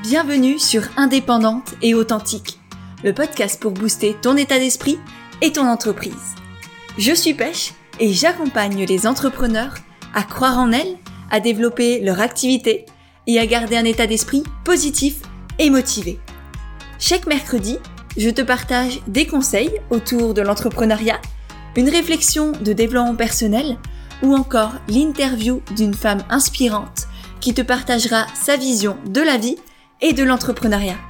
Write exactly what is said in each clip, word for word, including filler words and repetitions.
Bienvenue sur Indépendante et Authentique, le podcast pour booster ton état d'esprit et ton entreprise. Je suis Pêche et j'accompagne les entrepreneurs à croire en elles, à développer leur activité et à garder un état d'esprit positif et motivé. Chaque mercredi, je te partage des conseils autour de l'entrepreneuriat, une réflexion de développement personnel ou encore l'interview d'une femme inspirante qui te partagera sa vision de la vie et de l'entrepreneuriat.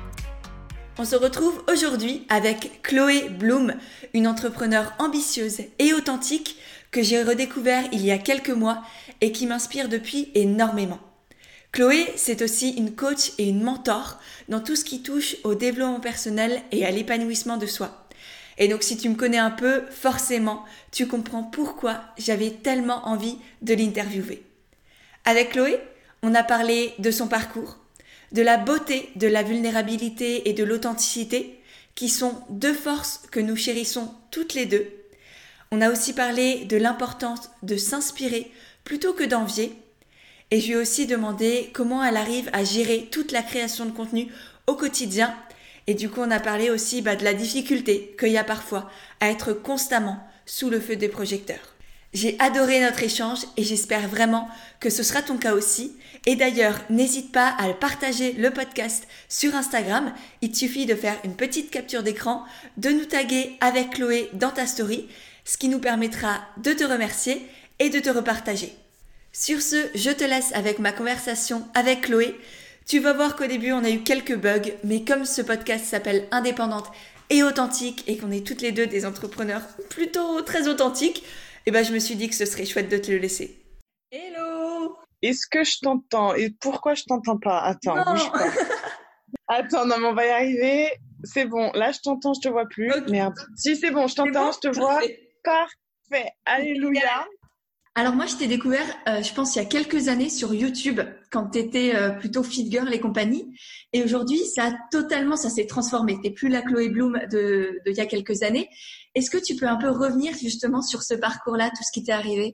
On se retrouve aujourd'hui avec Chloé Bloom, une entrepreneure ambitieuse et authentique que j'ai redécouvert il y a quelques mois et qui m'inspire depuis énormément. Chloé, c'est aussi une coach et une mentor dans tout ce qui touche au développement personnel et à l'épanouissement de soi. Et donc si tu me connais un peu, forcément, tu comprends pourquoi j'avais tellement envie de l'interviewer. Avec Chloé, on a parlé de son parcours, de la beauté de la vulnérabilité et de l'authenticité, qui sont deux forces que nous chérissons toutes les deux. On a aussi parlé de l'importance de s'inspirer plutôt que d'envier. Et je lui ai aussi demandé comment elle arrive à gérer toute la création de contenu au quotidien. Et du coup, on a parlé aussi bah, de la difficulté qu'il y a parfois à être constamment sous le feu des projecteurs. J'ai adoré notre échange et j'espère vraiment que ce sera ton cas aussi. Et d'ailleurs, n'hésite pas à partager le podcast sur Instagram. Il te suffit de faire une petite capture d'écran, de nous taguer avec Chloé dans ta story, ce qui nous permettra de te remercier et de te repartager. Sur ce, je te laisse avec ma conversation avec Chloé. Tu vas voir qu'au début, on a eu quelques bugs, mais comme ce podcast s'appelle Indépendante et Authentique et qu'on est toutes les deux des entrepreneurs plutôt très authentiques, eh ben, je me suis dit que ce serait chouette de te le laisser. Hello! Est-ce que je t'entends? Et pourquoi je t'entends pas? Attends, non. bouge pas. Attends, non, mais on va y arriver. C'est bon, là je t'entends, je te vois plus. Okay. Merde. Si, c'est bon, je t'entends, bon, je te vois. Parfait. Parfait. Alléluia. Alors moi, je t'ai découvert, euh, je pense, il y a quelques années sur YouTube, quand tu étais euh, plutôt Fit Girl et compagnie. Et aujourd'hui, ça a totalement, ça s'est transformé. Tu n'es plus la Chloé Bloom de, de il y a quelques années. Est-ce que tu peux un peu revenir justement sur ce parcours-là, tout ce qui t'est arrivé?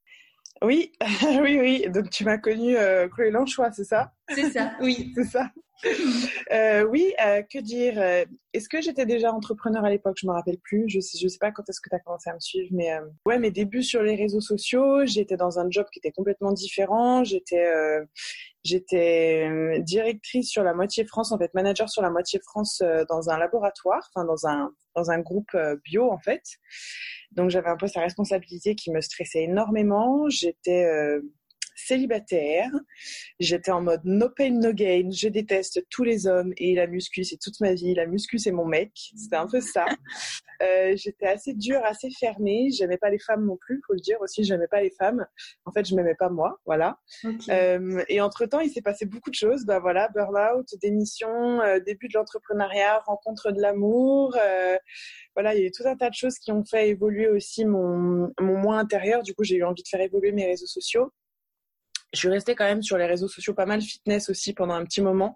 Oui, oui, oui. Donc tu m'as connue euh, Chloé Lanchois, c'est ça? C'est ça, oui. C'est ça. euh, oui, euh, que dire euh, Est-ce que j'étais déjà entrepreneur à l'époque? Je me rappelle plus. Je sais, je sais pas quand est-ce que tu as commencé à me suivre, mais euh, ouais, mes débuts sur les réseaux sociaux, j'étais dans un job qui était complètement différent. J'étais, euh, j'étais euh, directrice sur la moitié France, en fait, manager sur la moitié France euh, dans un laboratoire, enfin dans un dans un groupe euh, bio en fait. Donc j'avais un poste à responsabilité qui me stressait énormément. J'étais euh, célibataire, j'étais en mode no pain no gain, je déteste tous les hommes et la muscu c'est toute ma vie, la muscu c'est mon mec, c'était un peu ça. Euh, j'étais assez dure, assez fermée, j'aimais pas les femmes non plus, faut le dire aussi, j'aimais pas les femmes, en fait je m'aimais pas moi, voilà. Okay. Euh, et entre temps il s'est passé beaucoup de choses, bah voilà, burn-out, démission, euh, début de l'entrepreneuriat, rencontre de l'amour, euh, voilà, il y a eu tout un tas de choses qui ont fait évoluer aussi mon, mon moi intérieur, du coup j'ai eu envie de faire évoluer mes réseaux sociaux. Je suis restée quand même sur les réseaux sociaux pas mal fitness aussi pendant un petit moment.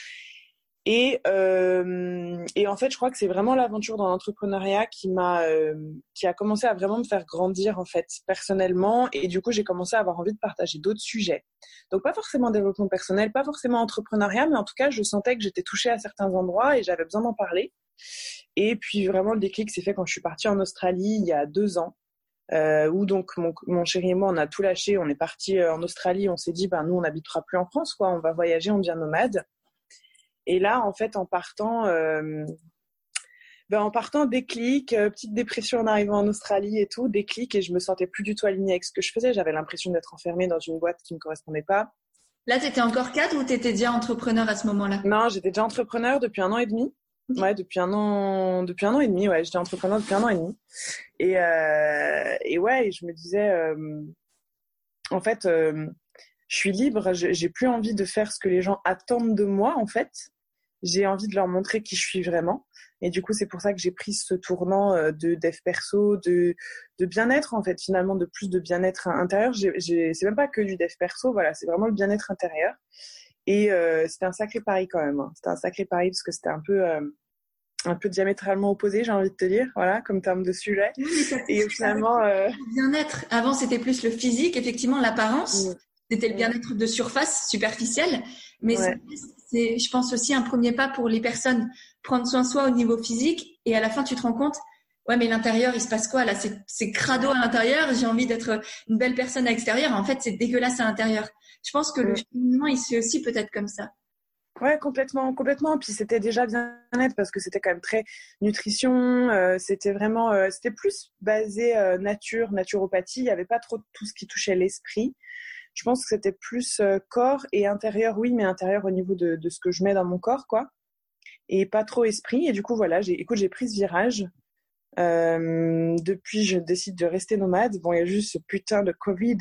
Et, euh, et en fait, je crois que c'est vraiment l'aventure dans l'entrepreneuriat qui m'a, euh, qui a commencé à vraiment me faire grandir en fait personnellement. Et du coup, j'ai commencé à avoir envie de partager d'autres sujets. Donc pas forcément développement personnel, pas forcément entrepreneuriat, mais en tout cas, je sentais que j'étais touchée à certains endroits et j'avais besoin d'en parler. Et puis vraiment, le déclic s'est fait quand je suis partie en Australie il y a deux ans. Euh, où donc mon, mon chéri et moi on a tout lâché, on est parti en Australie, on s'est dit ben nous on n'habitera plus en France quoi, on va voyager, on devient nomade. Et là en fait en partant euh, ben en partant déclic, euh, petite dépression en arrivant en Australie et tout, déclic, et je me sentais plus du tout alignée avec ce que je faisais, j'avais l'impression d'être enfermée dans une boîte qui me correspondait pas. Là t'étais encore cadre ou t'étais déjà entrepreneur à ce moment-là? Non, j'étais déjà entrepreneur depuis un an et demi. Ouais, depuis un an, depuis un an et demi, ouais, j'étais entrepreneur depuis un an et demi. Et, euh, et ouais, et je me disais, euh, en fait, euh, je suis libre, je, j'ai plus envie de faire ce que les gens attendent de moi, en fait. J'ai envie de leur montrer qui je suis vraiment. Et du coup, c'est pour ça que j'ai pris ce tournant de dev perso, de, de bien-être, en fait, finalement, de plus de bien-être intérieur. J'ai, j'ai, c'est même pas que du dev perso, voilà, c'est vraiment le bien-être intérieur. Et euh, c'était un sacré pari quand même. Hein. C'était un sacré pari parce que c'était un peu, euh, un peu diamétralement opposé, j'ai envie de te dire, voilà, comme terme de sujet. Oui, et finalement, euh... bien-être. Avant, c'était plus le physique, effectivement, l'apparence. Oui. C'était le bien-être de surface, superficiel. Mais Ouais. c'est, je pense aussi un premier pas pour les personnes. Prendre soin de soi au niveau physique. Et à la fin, tu te rends compte, ouais, mais l'intérieur, il se passe quoi là? C'est, c'est crado à l'intérieur. J'ai envie d'être une belle personne à l'extérieur. En fait, c'est dégueulasse à l'intérieur. Je pense que le cheminement, il se fait aussi peut-être comme ça. Ouais, complètement, complètement. Puis c'était déjà bien-être parce que c'était quand même très nutrition. Euh, c'était vraiment, euh, c'était plus basé euh, nature, naturopathie. Il y avait pas trop tout ce qui touchait l'esprit. Je pense que c'était plus euh, corps et intérieur, oui, mais intérieur au niveau de, de ce que je mets dans mon corps, quoi. Et pas trop esprit. Et du coup, voilà, j'ai, écoute, j'ai pris ce virage. Euh, depuis, je décide de rester nomade. Bon, il y a juste ce putain de Covid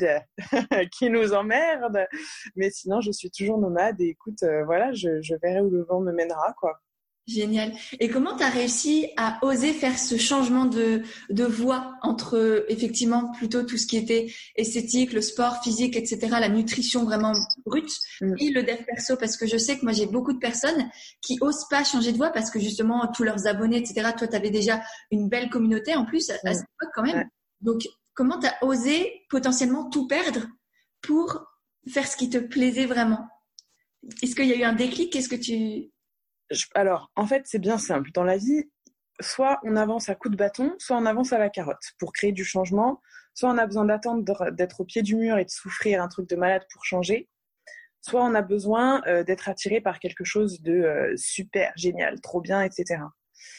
qui nous emmerde, mais sinon, je suis toujours nomade. Et écoute, euh, voilà, je, je verrai où le vent me mènera, quoi. Génial. Et comment tu as réussi à oser faire ce changement de, de voie entre effectivement plutôt tout ce qui était esthétique, le sport, physique, et cetera, la nutrition vraiment brute Mm. et le dev perso? Parce que je sais que moi j'ai beaucoup de personnes qui osent pas changer de voie parce que justement tous leurs abonnés, et cetera, toi tu avais déjà une belle communauté en plus à, à Mm. cette époque quand même. Ouais. Donc comment tu as osé potentiellement tout perdre pour faire ce qui te plaisait vraiment? Est-ce qu'il y a eu un déclic? Qu'est-ce que tu... Je- alors, en fait, c'est bien simple. Dans la vie, soit on avance à coups de bâton, soit on avance à la carotte pour créer du changement. Soit on a besoin d'attendre d'être au pied du mur et de souffrir un truc de malade pour changer. Soit on a besoin euh, d'être attiré par quelque chose de euh, super, génial, trop bien, et cetera.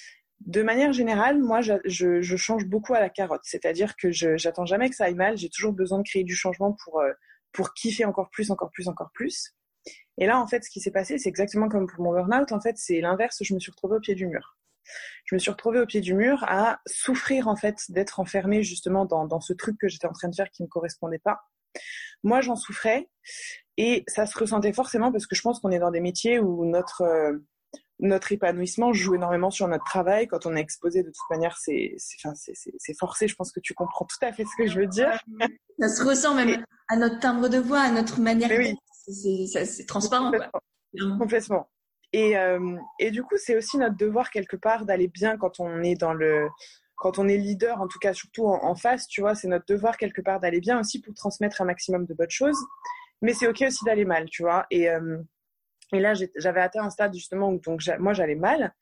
De manière générale, moi, je, je, je change beaucoup à la carotte. C'est-à-dire que je j'attends jamais que ça aille mal. J'ai toujours besoin de créer du changement pour, euh, pour kiffer encore plus, encore plus, encore plus. Et là, en fait, ce qui s'est passé, c'est exactement comme pour mon burn-out. En fait, c'est l'inverse. Je me suis retrouvée au pied du mur. Je me suis retrouvée au pied du mur à souffrir, en fait, d'être enfermée justement dans, dans ce truc que j'étais en train de faire qui ne me correspondait pas. Moi, j'en souffrais et ça se ressentait forcément parce que je pense qu'on est dans des métiers où notre, euh, notre épanouissement joue énormément sur notre travail. Quand on est exposé, de toute manière, c'est, c'est, enfin, c'est, c'est, c'est forcé. Je pense que tu comprends tout à fait ce que je veux dire. Ça se ressent même Et... à notre timbre de voix, à notre manière Mais d'être. oui. C'est, c'est, c'est transparent, quoi. Complètement. Et, euh, et du coup, c'est aussi notre devoir quelque part d'aller bien quand on est dans le, quand on est leader, en tout cas surtout en, en face, tu vois, c'est notre devoir quelque part d'aller bien aussi pour transmettre un maximum de bonnes choses. Mais c'est ok aussi d'aller mal, tu vois. Et, euh, et là, j'ai, j'avais atteint un stade justement où donc moi j'allais mal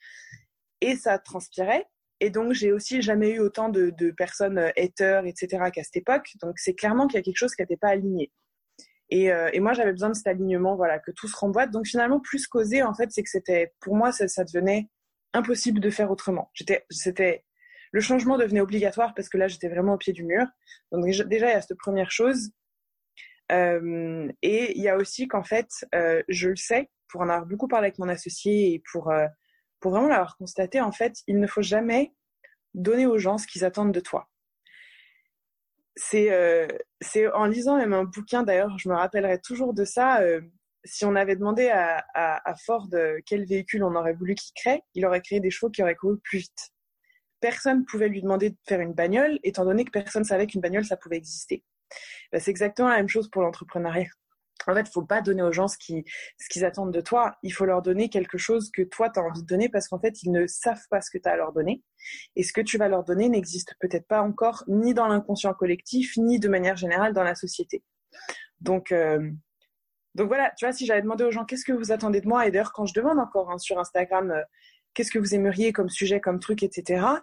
et ça transpirait. Et donc j'ai aussi jamais eu autant de, de personnes haters, et cetera qu'à cette époque. Donc c'est clairement qu'il y a quelque chose qui n'était pas aligné. Et, euh, et moi, j'avais besoin de cet alignement, voilà, que tout se remboîte. Donc finalement, plus qu'oser, en fait, c'est que c'était, pour moi, ça, ça devenait impossible de faire autrement. J'étais, c'était, le changement devenait obligatoire parce que là, j'étais vraiment au pied du mur. Donc déjà, déjà il y a cette première chose. Euh, et il y a aussi qu'en fait, euh, je le sais, pour en avoir beaucoup parlé avec mon associé et pour, euh, pour vraiment l'avoir constaté, en fait, il ne faut jamais donner aux gens ce qu'ils attendent de toi. C'est, euh, c'est en lisant même un bouquin, d'ailleurs, je me rappellerai toujours de ça. Euh, si on avait demandé à, à, à Ford quel véhicule on aurait voulu qu'il crée, il aurait créé des chevaux qui auraient couru plus vite. Personne ne pouvait lui demander de faire une bagnole, étant donné que personne ne savait qu'une bagnole, ça pouvait exister. Ben, c'est exactement la même chose pour l'entrepreneuriat. En fait, il ne faut pas donner aux gens ce qu'ils, ce qu'ils attendent de toi. Il faut leur donner quelque chose que toi, tu as envie de donner parce qu'en fait, ils ne savent pas ce que tu as à leur donner. Et ce que tu vas leur donner n'existe peut-être pas encore ni dans l'inconscient collectif, ni de manière générale dans la société. Donc, euh, donc voilà, tu vois, si j'avais demandé aux gens qu'est-ce que vous attendez de moi, et d'ailleurs, quand je demande encore hein, sur Instagram euh, qu'est-ce que vous aimeriez comme sujet, comme truc, et cetera,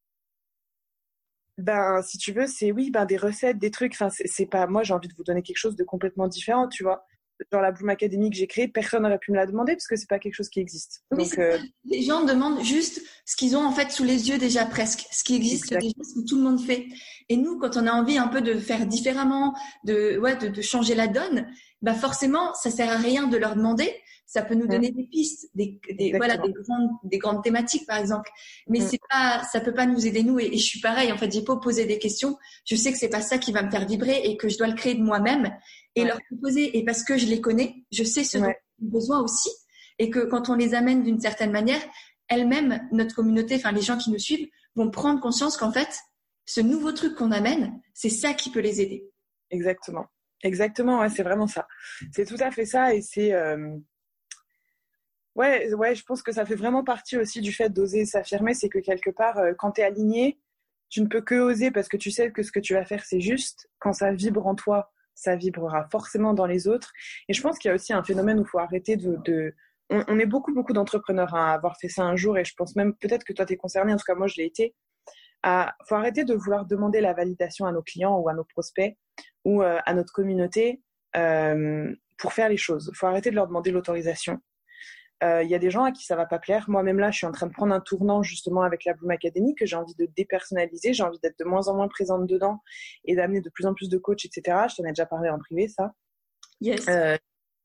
ben, si tu veux, c'est oui, ben, des recettes, des trucs. Enfin, c'est, c'est pas, moi, j'ai envie de vous donner quelque chose de complètement différent, tu vois. Genre la Bloom Academy que j'ai créée, personne n'aurait pu me la demander parce que c'est pas quelque chose qui existe. Oui, Donc, euh... les gens demandent juste ce qu'ils ont en fait sous les yeux déjà presque, ce qui existe exact. déjà, ce que tout le monde fait. Et nous, quand on a envie un peu de faire différemment, de ouais, de, de changer la donne, bah forcément, ça sert à rien de leur demander. Ça peut nous donner mmh. des pistes, des, des voilà, des grandes, des grandes thématiques par exemple. Mais mmh. c'est pas, ça peut pas nous aider nous. Et, et je suis pareil. En fait, j'ai pas posé des questions. Je sais que c'est pas ça qui va me faire vibrer et que je dois le créer de moi-même et ouais. leur proposer. Et parce que je les connais, je sais ce ouais. dont ils ont besoin aussi. Et que quand on les amène d'une certaine manière, elles-mêmes, notre communauté, enfin les gens qui nous suivent, vont prendre conscience qu'en fait, ce nouveau truc qu'on amène, c'est ça qui peut les aider. Exactement, exactement. Ouais, c'est vraiment ça. C'est tout à fait ça. Et c'est euh... Ouais, ouais, je pense que ça fait vraiment partie aussi du fait d'oser s'affirmer, c'est que quelque part, euh, quand tu es aligné, tu ne peux que oser parce que tu sais que ce que tu vas faire, c'est juste. Quand ça vibre en toi, ça vibrera forcément dans les autres. Et je pense qu'il y a aussi un phénomène où il faut arrêter de... de... On, on est beaucoup, beaucoup d'entrepreneurs à avoir fait ça un jour, et je pense même peut-être que toi, tu es concerné, en tout cas moi, je l'ai été. Il faut arrêter de vouloir demander la validation à nos clients ou à nos prospects ou euh, à notre communauté euh, pour faire les choses. Il faut arrêter de leur demander l'autorisation. Il euh, y a des gens à qui ça va pas plaire. Moi-même là, je suis en train de prendre un tournant justement avec la Bloom Academy que j'ai envie de dépersonnaliser. J'ai envie d'être de moins en moins présente dedans et d'amener de plus en plus de coachs, et cetera. Je t'en ai déjà parlé en privé, ça. Yes. Euh,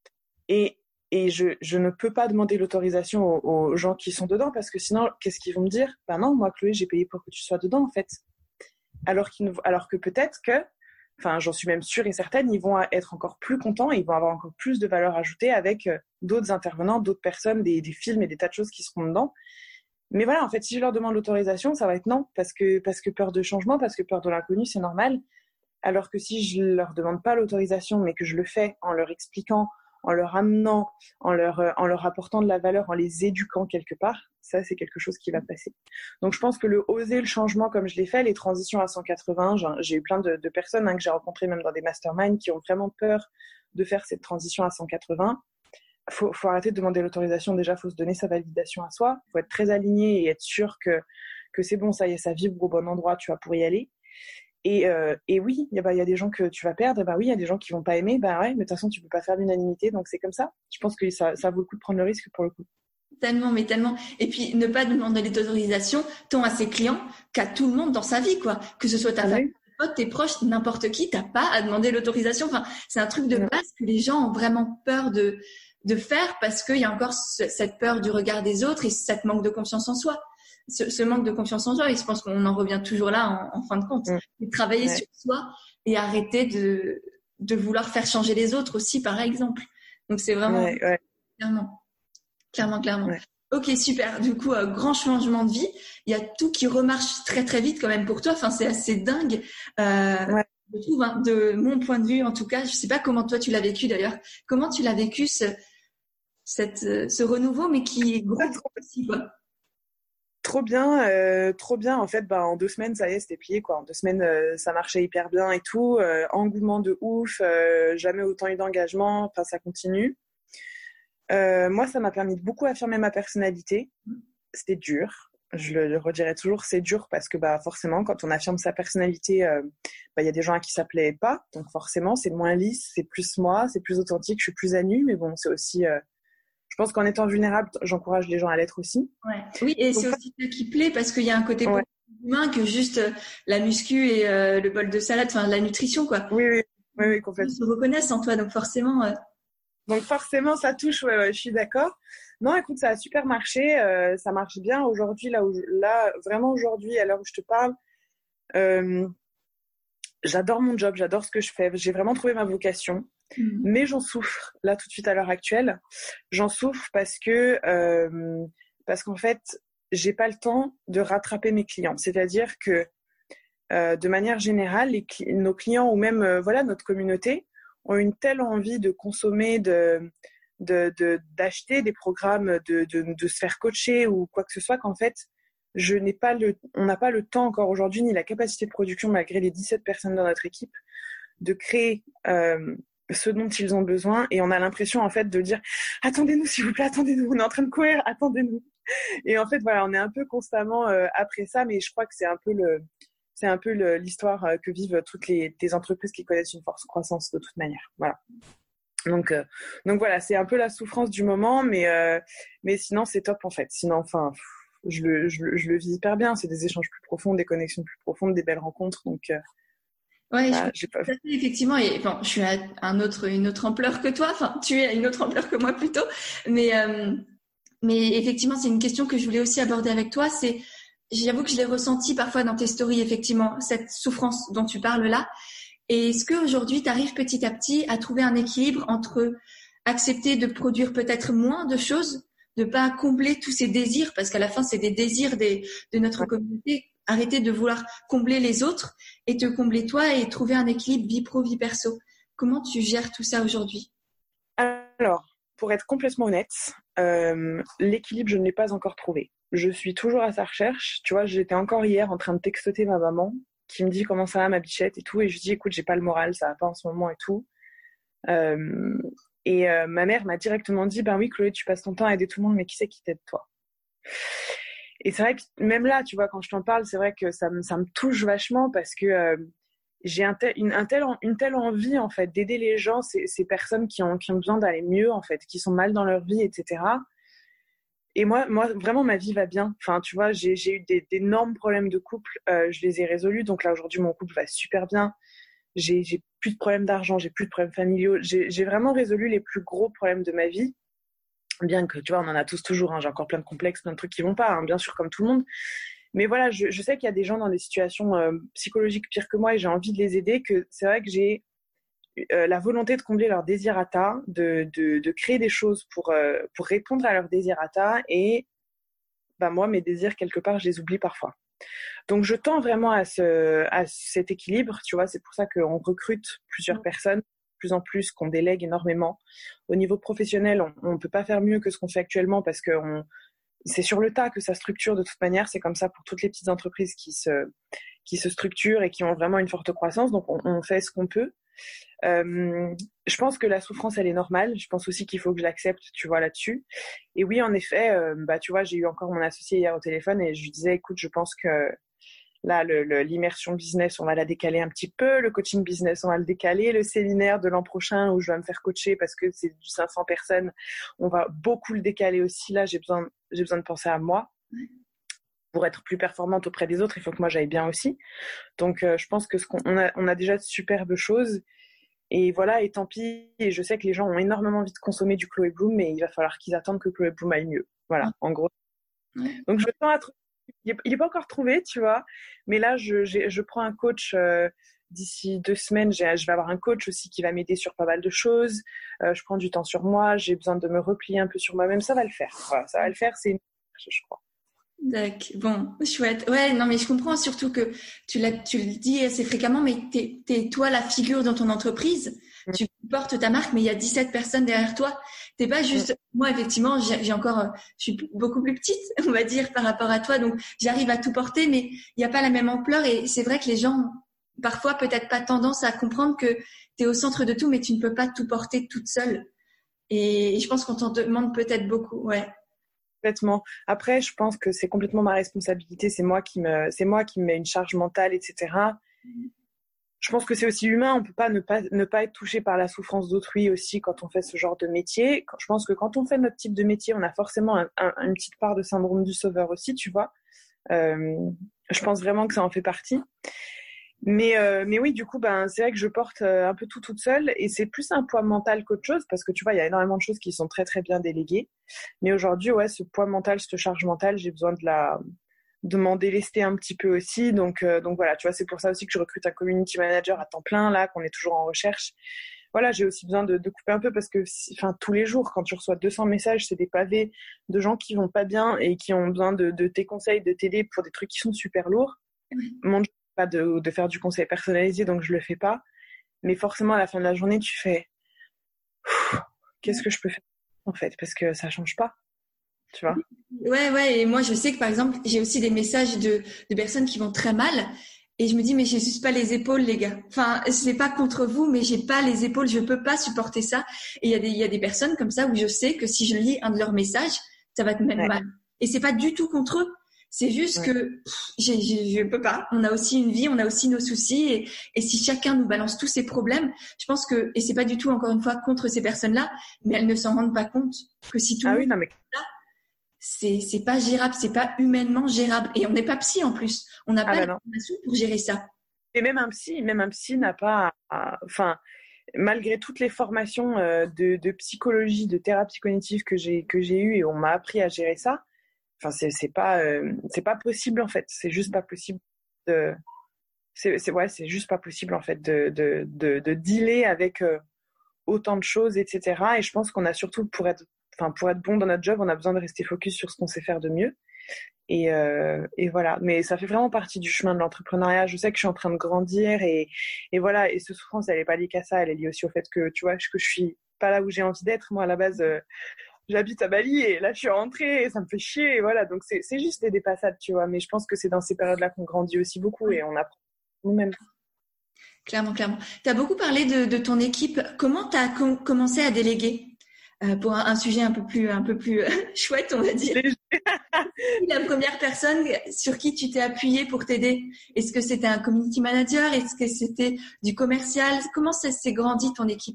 et et je, je ne peux pas demander l'autorisation aux, aux gens qui sont dedans parce que sinon, qu'est-ce qu'ils vont me dire ? Ben non, moi, Chloé, j'ai payé pour que tu sois dedans, en fait. Alors, qu'ils ne, alors que peut-être que, enfin, j'en suis même sûre et certaine, ils vont être encore plus contents et ils vont avoir encore plus de valeur ajoutée avec euh, d'autres intervenants, d'autres personnes, des, des films et des tas de choses qui seront dedans. Mais voilà, en fait, si je leur demande l'autorisation, ça va être non, parce que, parce que peur de changement, parce que peur de l'inconnu, c'est normal. Alors que si je leur demande pas l'autorisation, mais que je le fais en leur expliquant, en leur amenant, en leur, euh, en leur apportant de la valeur, en les éduquant quelque part, ça, c'est quelque chose qui va passer. Donc, je pense que le oser le changement comme je l'ai fait, les transitions à cent quatre-vingts, j'ai, j'ai eu plein de, de personnes hein, que j'ai rencontrées même dans des masterminds qui ont vraiment peur de faire cette transition à cent quatre-vingts. Faut, faut arrêter de demander l'autorisation. Déjà, faut se donner sa validation à soi. Faut être très aligné et être sûr que, que c'est bon, ça y est, ça vibre au bon endroit, tu vois, pour y aller. Et, euh, et oui, il y, bah, y a des gens que tu vas perdre, et bah oui, il y a des gens qui vont pas aimer, bah ouais, mais de toute façon, tu peux pas faire l'unanimité, donc c'est comme ça. Je pense que ça, ça vaut le coup de prendre le risque pour le coup. Tellement, mais tellement. Et puis, ne pas demander l'autorisation tant à ses clients qu'à tout le monde dans sa vie, quoi. Que ce soit ta ah famille, oui. tes potes, tes proches, n'importe qui, t'as pas à demander l'autorisation. Enfin, c'est un truc de non. base que les gens ont vraiment peur de, de faire parce qu'il y a encore ce, cette peur du regard des autres et cette manque de confiance en soi. Ce, ce manque de confiance en soi, et je pense qu'on en revient toujours là en, en fin de compte. Mmh. Travailler ouais. sur soi et arrêter de, de vouloir faire changer les autres aussi, par exemple. Donc, c'est vraiment ouais, ouais. clairement, clairement, clairement. Ouais. Ok, super. Du coup, euh, grand changement de vie. Il y a tout qui remarche très, très vite quand même pour toi. Enfin, c'est assez dingue. Euh, ouais. Je trouve, hein, de mon point de vue, en tout cas, je sais pas comment toi tu l'as vécu d'ailleurs. Comment tu l'as vécu ce, cette, ce renouveau, mais qui est gros aussi, quoi. Trop bien, euh, trop bien. En fait, bah, en deux semaines, ça y est, c'était plié, quoi. En deux semaines, euh, ça marchait hyper bien et tout. Euh, engouement de ouf, euh, jamais autant eu d'engagement. Enfin, ça continue. Euh, moi, ça m'a permis de beaucoup affirmer ma personnalité. C'était dur. Je le, le redirai toujours, c'est dur parce que bah forcément, quand on affirme sa personnalité, euh, bah, y a des gens à qui ça plaît pas. Donc forcément, c'est moins lisse, c'est plus moi, c'est plus authentique, je suis plus à nu. Mais bon, c'est aussi... Euh, je pense qu'en étant vulnérable, j'encourage les gens à l'être aussi. Ouais. Oui, et donc, c'est aussi ça qui plaît parce qu'il y a un côté ouais. beaucoup humain que juste euh, la muscu et euh, le bol de salade, enfin la nutrition, quoi. Oui, oui, oui, oui complètement. Ils se reconnaissent en toi, donc forcément. Euh... Donc forcément, ça touche. Ouais, ouais, je suis d'accord. Non, écoute, ça a super marché. Euh, ça marche bien aujourd'hui, là où je, là vraiment aujourd'hui, à l'heure où je te parle. Euh, j'adore mon job, j'adore ce que je fais. J'ai vraiment trouvé ma vocation. Mmh. Mais j'en souffre là tout de suite à l'heure actuelle. J'en souffre parce que euh, parce qu'en fait j'ai pas le temps de rattraper mes clients. C'est-à-dire que euh, de manière générale, les cli- nos clients ou même euh, voilà notre communauté ont une telle envie de consommer, de, de, de d'acheter des programmes, de, de de se faire coacher ou quoi que ce soit qu'en fait je n'ai pas le, on n'a pas le temps encore aujourd'hui ni la capacité de production malgré les dix-sept personnes dans notre équipe de créer euh, ce dont ils ont besoin et on a l'impression en fait de dire attendez-nous s'il vous plaît, attendez-nous, on est en train de courir, attendez-nous. Et en fait voilà, on est un peu constamment euh, après ça, mais je crois que c'est un peu le c'est un peu le, l'histoire euh, que vivent toutes les, les entreprises qui connaissent une forte croissance de toute manière. Voilà. Donc euh, donc voilà, c'est un peu la souffrance du moment, mais euh, mais sinon c'est top en fait. Sinon enfin pff, je le je le je le vis hyper bien. C'est des échanges plus profonds, des connexions plus profondes, des belles rencontres. Donc euh, Ouais, bah, je pas... effectivement, et bon, je suis à un autre, une autre ampleur que toi. Enfin, tu es à une autre ampleur que moi plutôt. Mais, euh, mais effectivement, c'est une question que je voulais aussi aborder avec toi. C'est, j'avoue que je l'ai ressenti parfois dans tes stories, effectivement, cette souffrance dont tu parles là. Et est-ce qu'aujourd'hui, tu arrives petit à petit à trouver un équilibre entre accepter de produire peut-être moins de choses, de pas combler tous ces désirs, parce qu'à la fin, c'est des désirs des, de notre communauté. Arrêter de vouloir combler les autres et te combler toi et trouver un équilibre vie pro, vie perso. Comment tu gères tout ça aujourd'hui ? Alors, pour être complètement honnête, euh, l'équilibre, je ne l'ai pas encore trouvé. Je suis toujours à sa recherche. Tu vois, j'étais encore hier en train de textoter ma maman qui me dit comment ça va ma bichette et tout, et je dis écoute, j'ai pas le moral, ça va pas en ce moment et tout. Euh, et euh, ma mère m'a directement dit ben oui Chloé, tu passes ton temps à aider tout le monde, mais qui c'est qui t'aide toi? Et c'est vrai que même là, tu vois, quand je t'en parle, c'est vrai que ça me, ça me touche vachement parce que euh, j'ai un tel, une, un tel, une telle envie, en fait, d'aider les gens, ces, ces personnes qui ont, qui ont besoin d'aller mieux, en fait, qui sont mal dans leur vie, et cetera. Et moi, moi vraiment, ma vie va bien. Enfin, tu vois, j'ai, j'ai eu des, d'énormes problèmes de couple, euh, je les ai résolus. Donc là, aujourd'hui, mon couple va super bien. J'ai, j'ai plus de problèmes d'argent, j'ai plus de problèmes familiaux. J'ai, j'ai vraiment résolu les plus gros problèmes de ma vie. Bien que, tu vois, on en a tous toujours, hein. J'ai encore plein de complexes, plein de trucs qui vont pas, hein, bien sûr, comme tout le monde. Mais voilà, je, je sais qu'il y a des gens dans des situations euh, psychologiques pires que moi et j'ai envie de les aider, que c'est vrai que j'ai euh, la volonté de combler leurs désirata, de, de, de créer des choses pour, euh, pour répondre à leurs désirata et bah, moi, mes désirs, quelque part, je les oublie parfois. Donc, je tends vraiment à, ce, à cet équilibre, tu vois, c'est pour ça qu'on recrute plusieurs personnes, plus en plus, qu'on délègue énormément. Au niveau professionnel, on ne peut pas faire mieux que ce qu'on fait actuellement parce que on, c'est sur le tas que ça structure de toute manière. C'est comme ça pour toutes les petites entreprises qui se, qui se structurent et qui ont vraiment une forte croissance. Donc, on, on fait ce qu'on peut. Euh, je pense que la souffrance, elle est normale. Je pense aussi qu'il faut que je l'accepte, tu vois, là-dessus. Et oui, en effet, euh, bah, tu vois, j'ai eu encore mon associé hier au téléphone et je lui disais, écoute, je pense que là, le, le, l'immersion business, on va la décaler un petit peu. Le coaching business, on va le décaler. Le séminaire de l'an prochain où je vais me faire coacher parce que c'est du cinq cents personnes, on va beaucoup le décaler aussi. Là, j'ai besoin, j'ai besoin de penser à moi. Pour être plus performante auprès des autres, il faut que moi j'aille bien aussi. Donc, euh, je pense que ce qu'on on a, on a déjà de superbes choses. Et voilà, et tant pis. Et je sais que les gens ont énormément envie de consommer du Chloé Bloom, mais il va falloir qu'ils attendent que Chloé Bloom aille mieux. Voilà, en gros. Donc, je tends à trouver. Il n'est pas encore trouvé, tu vois. Mais là, je, j'ai, je prends un coach euh, d'ici deux semaines. J'ai, je vais avoir un coach aussi qui va m'aider sur pas mal de choses. Euh, je prends du temps sur moi. J'ai besoin de me replier un peu sur moi-même. Ça va le faire. Voilà, ça va le faire. C'est une marche, je crois. D'accord. Bon, chouette. Ouais, non, mais je comprends surtout que tu l'as, tu le dis assez fréquemment, mais t'es, t'es toi la figure dans ton entreprise. Mmh. Tu portes ta marque, mais il y a dix-sept personnes derrière toi. T'es pas juste, mmh. Moi, effectivement, j'ai, j'ai encore, je suis beaucoup plus petite, on va dire, par rapport à toi. Donc, j'arrive à tout porter, mais il n'y a pas la même ampleur. Et c'est vrai que les gens, parfois, peut-être pas tendance à comprendre que t'es au centre de tout, mais tu ne peux pas tout porter toute seule. Et je pense qu'on t'en demande peut-être beaucoup, ouais. Complètement. Après, je pense que c'est complètement ma responsabilité. C'est moi qui me, c'est moi qui me mets une charge mentale, et cetera. Je pense que c'est aussi humain. On peut pas ne pas ne pas être touché par la souffrance d'autrui aussi quand on fait ce genre de métier. Je pense que quand on fait notre type de métier, on a forcément un, un, une petite part de syndrome du sauveur aussi, tu vois. Euh, je pense vraiment que ça en fait partie. Mais, euh, mais oui, du coup, ben, c'est vrai que je porte euh, un peu tout toute seule et c'est plus un poids mental qu'autre chose parce que tu vois, il y a énormément de choses qui sont très très bien déléguées. Mais aujourd'hui, ouais, ce poids mental, cette charge mentale, j'ai besoin de la, de m'en délester un petit peu aussi. Donc, euh, donc voilà, tu vois, c'est pour ça aussi que je recrute un community manager à temps plein là, qu'on est toujours en recherche. Voilà, j'ai aussi besoin de, de couper un peu parce que, enfin, tous les jours, quand tu reçois deux cents messages, c'est des pavés de gens qui vont pas bien et qui ont besoin de, de tes conseils, de t'aider pour des trucs qui sont super lourds. Mon pas de, de faire du conseil personnalisé, donc je le fais pas. Mais forcément, à la fin de la journée, tu fais qu'est-ce que je peux faire en fait, parce que ça change pas, tu vois. Ouais, ouais. Et moi, je sais que par exemple, j'ai aussi des messages de, de personnes qui vont très mal, et je me dis mais j'ai juste pas les épaules, les gars. Enfin, c'est pas contre vous, mais j'ai pas les épaules, je peux pas supporter ça. Et il y a des, il y a des personnes comme ça où je sais que si je lis un de leurs messages, ça va te mettre ouais. mal. Et c'est pas du tout contre eux. C'est juste ouais. que pff, j'ai, j'ai, je peux pas. On a aussi une vie, on a aussi nos soucis. Et, et si chacun nous balance tous ses problèmes, je pense que, et c'est pas du tout encore une fois contre ces personnes-là, mais elles ne s'en rendent pas compte que si tout ah le oui, monde non, mais... là, c'est, c'est pas gérable, c'est pas humainement gérable. Et on n'est pas psy en plus. On n'a ah pas bah l'information pour gérer ça. Et même un psy, même un psy n'a pas, enfin, malgré toutes les formations euh, de, de psychologie, de thérapie cognitive que j'ai que j'ai eues et on m'a appris à gérer ça. Enfin, c'est, c'est pas, euh, c'est pas possible en fait. C'est juste pas possible de, c'est, c'est ouais, c'est juste pas possible en fait de, de, de, de dealer avec euh, autant de choses, et cetera. Et je pense qu'on a surtout pour être, enfin, pour être bon dans notre job, on a besoin de rester focus sur ce qu'on sait faire de mieux. Et, euh, et voilà. Mais ça fait vraiment partie du chemin de l'entrepreneuriat. Je sais que je suis en train de grandir et, et voilà. Et cette souffrance, elle est pas liée qu'à ça. Elle est liée aussi au fait que, tu vois, que je suis pas là où j'ai envie d'être. Moi, à la base, euh, j'habite à Bali et là je suis rentrée et ça me fait chier et voilà, donc c'est c'est juste des dépassades, tu vois, mais je pense que c'est dans ces périodes-là qu'on grandit aussi beaucoup et on apprend. nous-mêmes. Clairement, clairement. Tu as beaucoup parlé de, de ton équipe. Comment tu as com- commencé à déléguer euh, pour un, un sujet un peu plus, un peu plus euh, chouette, on va dire. La première personne sur qui tu t'es appuyé pour t'aider, est-ce que c'était un community manager? Est-ce que c'était du commercial? Comment ça s'est grandi ton équipe?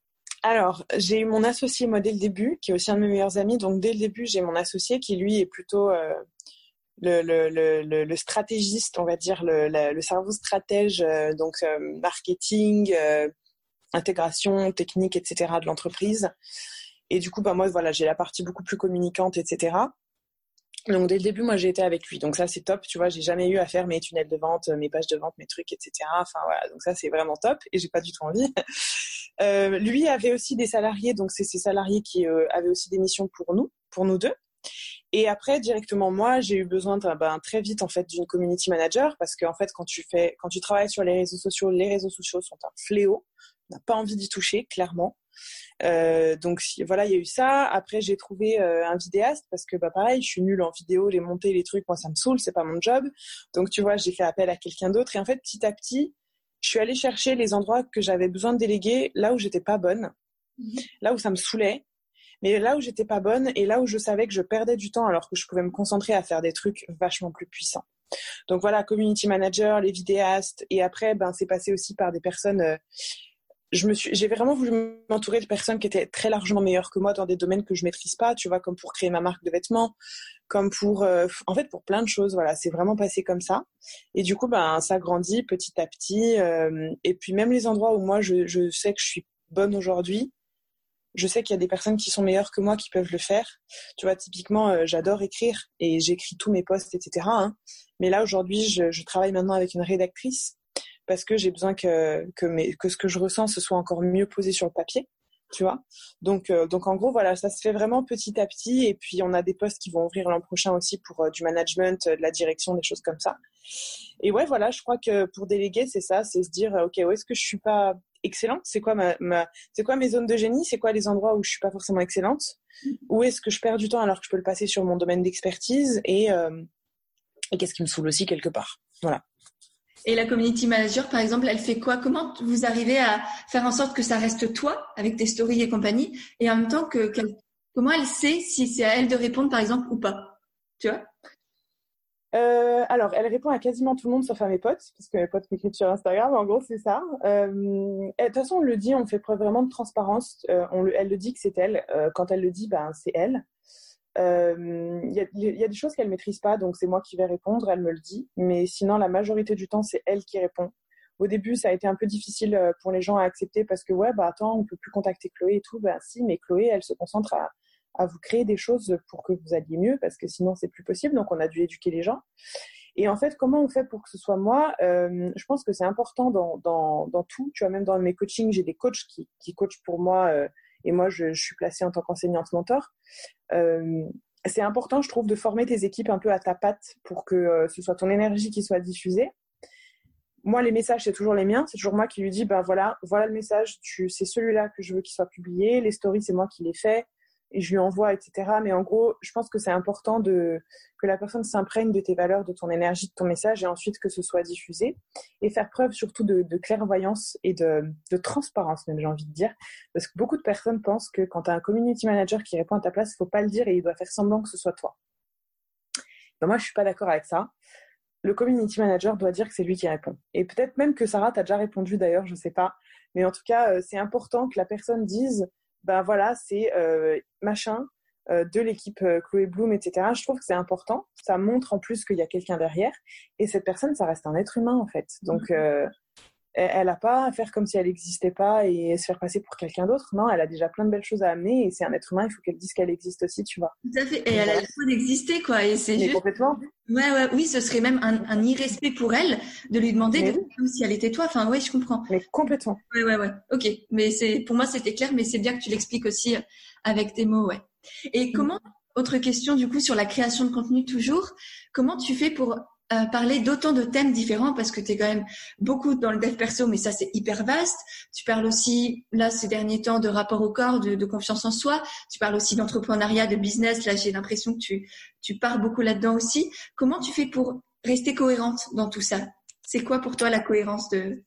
Alors, j'ai eu mon associé, moi, dès le début, qui est aussi un de mes meilleurs amis. Donc, dès le début, j'ai mon associé qui, lui, est plutôt euh, le, le, le, le stratégiste, on va dire, le, le cerveau stratège, euh, donc euh, marketing, euh, intégration, technique, et cetera de l'entreprise. Et du coup, bah, moi, voilà, j'ai la partie beaucoup plus communicante, et cetera. Donc, dès le début, moi, j'ai été avec lui. Donc, ça, c'est top. Tu vois, j'ai jamais eu à faire mes tunnels de vente, mes pages de vente, mes trucs, et cetera. Enfin, voilà. Donc, ça, c'est vraiment top. Et j'ai pas du tout envie. Euh, lui avait aussi des salariés, donc c'est ces salariés qui euh, avaient aussi des missions pour nous, pour nous deux. Et après, directement moi, j'ai eu besoin de, ben, très vite en fait d'une community manager parce qu'en fait, quand tu fais, quand tu travailles sur les réseaux sociaux, les réseaux sociaux sont un fléau. On n'a pas envie d'y toucher, clairement. Euh, donc voilà, il y a eu ça. Après, j'ai trouvé euh, un vidéaste parce que bah pareil, je suis nulle en vidéo, les monter, les trucs, moi ça me saoule, c'est pas mon job. Donc tu vois, j'ai fait appel à quelqu'un d'autre et en fait, petit à petit, je suis allée chercher les endroits que j'avais besoin de déléguer là où j'étais pas bonne, mmh. là où ça me saoulait, mais là où j'étais pas bonne et là où je savais que je perdais du temps alors que je pouvais me concentrer à faire des trucs vachement plus puissants. Donc voilà, community manager, les vidéastes et après, ben c'est passé aussi par des personnes. Euh, je me suis, j'ai vraiment voulu m'entourer de personnes qui étaient très largement meilleures que moi dans des domaines que je maîtrise pas, tu vois, comme pour créer ma marque de vêtements, comme pour, euh, en fait, pour plein de choses. Voilà, c'est vraiment passé comme ça. Et du coup, ben, ça grandit petit à petit. Euh, et puis même les endroits où moi, je, je sais que je suis bonne aujourd'hui, je sais qu'il y a des personnes qui sont meilleures que moi qui peuvent le faire. Tu vois, typiquement, euh, j'adore écrire et j'écris tous mes posts, et cetera. Hein. Mais là, aujourd'hui, je, je travaille maintenant avec une rédactrice parce que j'ai besoin que que, mes, que ce que je ressens se soit encore mieux posé sur le papier, tu vois. Donc euh, donc en gros voilà, ça se fait vraiment petit à petit et puis on a des postes qui vont ouvrir l'an prochain aussi pour euh, du management, euh, de la direction, des choses comme ça. Et ouais voilà, je crois que pour déléguer c'est ça, c'est se dire euh, ok, où est-ce que je suis pas excellente, c'est quoi ma, ma c'est quoi mes zones de génie, c'est quoi les endroits où je suis pas forcément excellente, où est-ce que je perds du temps alors que je peux le passer sur mon domaine d'expertise et euh, et qu'est-ce qui me saoule aussi quelque part. Voilà. Et la community manager, par exemple, elle fait quoi? Comment vous arrivez à faire en sorte que ça reste toi, avec tes stories et compagnie, et en même temps que qu'elle, comment elle sait si c'est à elle de répondre, par exemple, ou pas? Tu vois? Euh, alors, elle répond à quasiment tout le monde sauf à mes potes, parce que mes potes m'écrivent sur Instagram. En gros, c'est ça. Euh, de toute façon, on le dit, on fait preuve vraiment de transparence. Euh, on le, elle le dit que c'est elle. Euh, quand elle le dit, ben c'est elle. Il euh, y, a, y a des choses qu'elle maîtrise pas, donc c'est moi qui vais répondre, elle me le dit. Mais sinon, la majorité du temps, c'est elle qui répond. Au début, ça a été un peu difficile pour les gens à accepter parce que ouais, bah attends, on peut plus contacter Chloé et tout. Ben si, mais Chloé, elle se concentre à, à vous créer des choses pour que vous alliez mieux parce que sinon, c'est plus possible. Donc, on a dû éduquer les gens. Et en fait, comment on fait pour que ce soit moi? euh, Je pense que c'est important dans, dans, dans tout. Tu vois, même dans mes coachings, j'ai des coachs qui, qui coachent pour moi. Euh, et moi, je, je suis placée en tant qu'enseignante mentor. Euh, c'est important, je trouve, de former tes équipes un peu à ta patte pour que euh, ce soit ton énergie qui soit diffusée. Moi, les messages, c'est toujours les miens. C'est toujours moi qui lui dis, ben voilà, voilà le message, tu, c'est celui-là que je veux qu'il soit publié. Les stories, c'est moi qui les fais et je lui envoie, et cetera. Mais en gros, je pense que c'est important de, que la personne s'imprègne de tes valeurs, de ton énergie, de ton message et ensuite que ce soit diffusé et faire preuve surtout de, de clairvoyance et de, de transparence, même j'ai envie de dire. Parce que beaucoup de personnes pensent que quand tu as un community manager qui répond à ta place, il faut pas le dire et il doit faire semblant que ce soit toi. Ben moi, je suis pas d'accord avec ça. Le community manager doit dire que c'est lui qui répond. Et peut-être même que Sarah t'a déjà répondu d'ailleurs, je sais pas. Mais en tout cas, c'est important que la personne dise ben voilà, c'est euh, machin euh, de l'équipe euh, Chloé Bloom, et cetera. Je trouve que c'est important. Ça montre en plus qu'il y a quelqu'un derrière. Et cette personne, ça reste un être humain, en fait. Donc, euh, elle n'a pas à faire comme si elle n'existait pas et se faire passer pour quelqu'un d'autre. Non, elle a déjà plein de belles choses à amener et c'est un être humain, il faut qu'elle dise qu'elle existe aussi, tu vois. Tout à fait. Et donc, elle a le droit d'exister, quoi. Et c'est mais juste. Complètement. Ouais, ouais, oui, ce serait même un, un irrespect pour elle de lui demander mais de faire comme si elle était toi. Enfin, oui, je comprends. Mais complètement. Ouais, ouais, ouais. Ok. Mais c'est, pour moi, c'était clair, mais c'est bien que tu l'expliques aussi avec tes mots, ouais. Et comment, autre question, du coup, sur la création de contenu toujours, comment tu fais pour Euh, parler d'autant de thèmes différents parce que tu es quand même beaucoup dans le dev perso, mais ça, c'est hyper vaste. Tu parles aussi, là, ces derniers temps, de rapport au corps, de, de confiance en soi. Tu parles aussi d'entrepreneuriat, de business. Là, j'ai l'impression que tu, tu pars beaucoup là-dedans aussi. Comment tu fais pour rester cohérente dans tout ça? C'est quoi pour toi la cohérence de...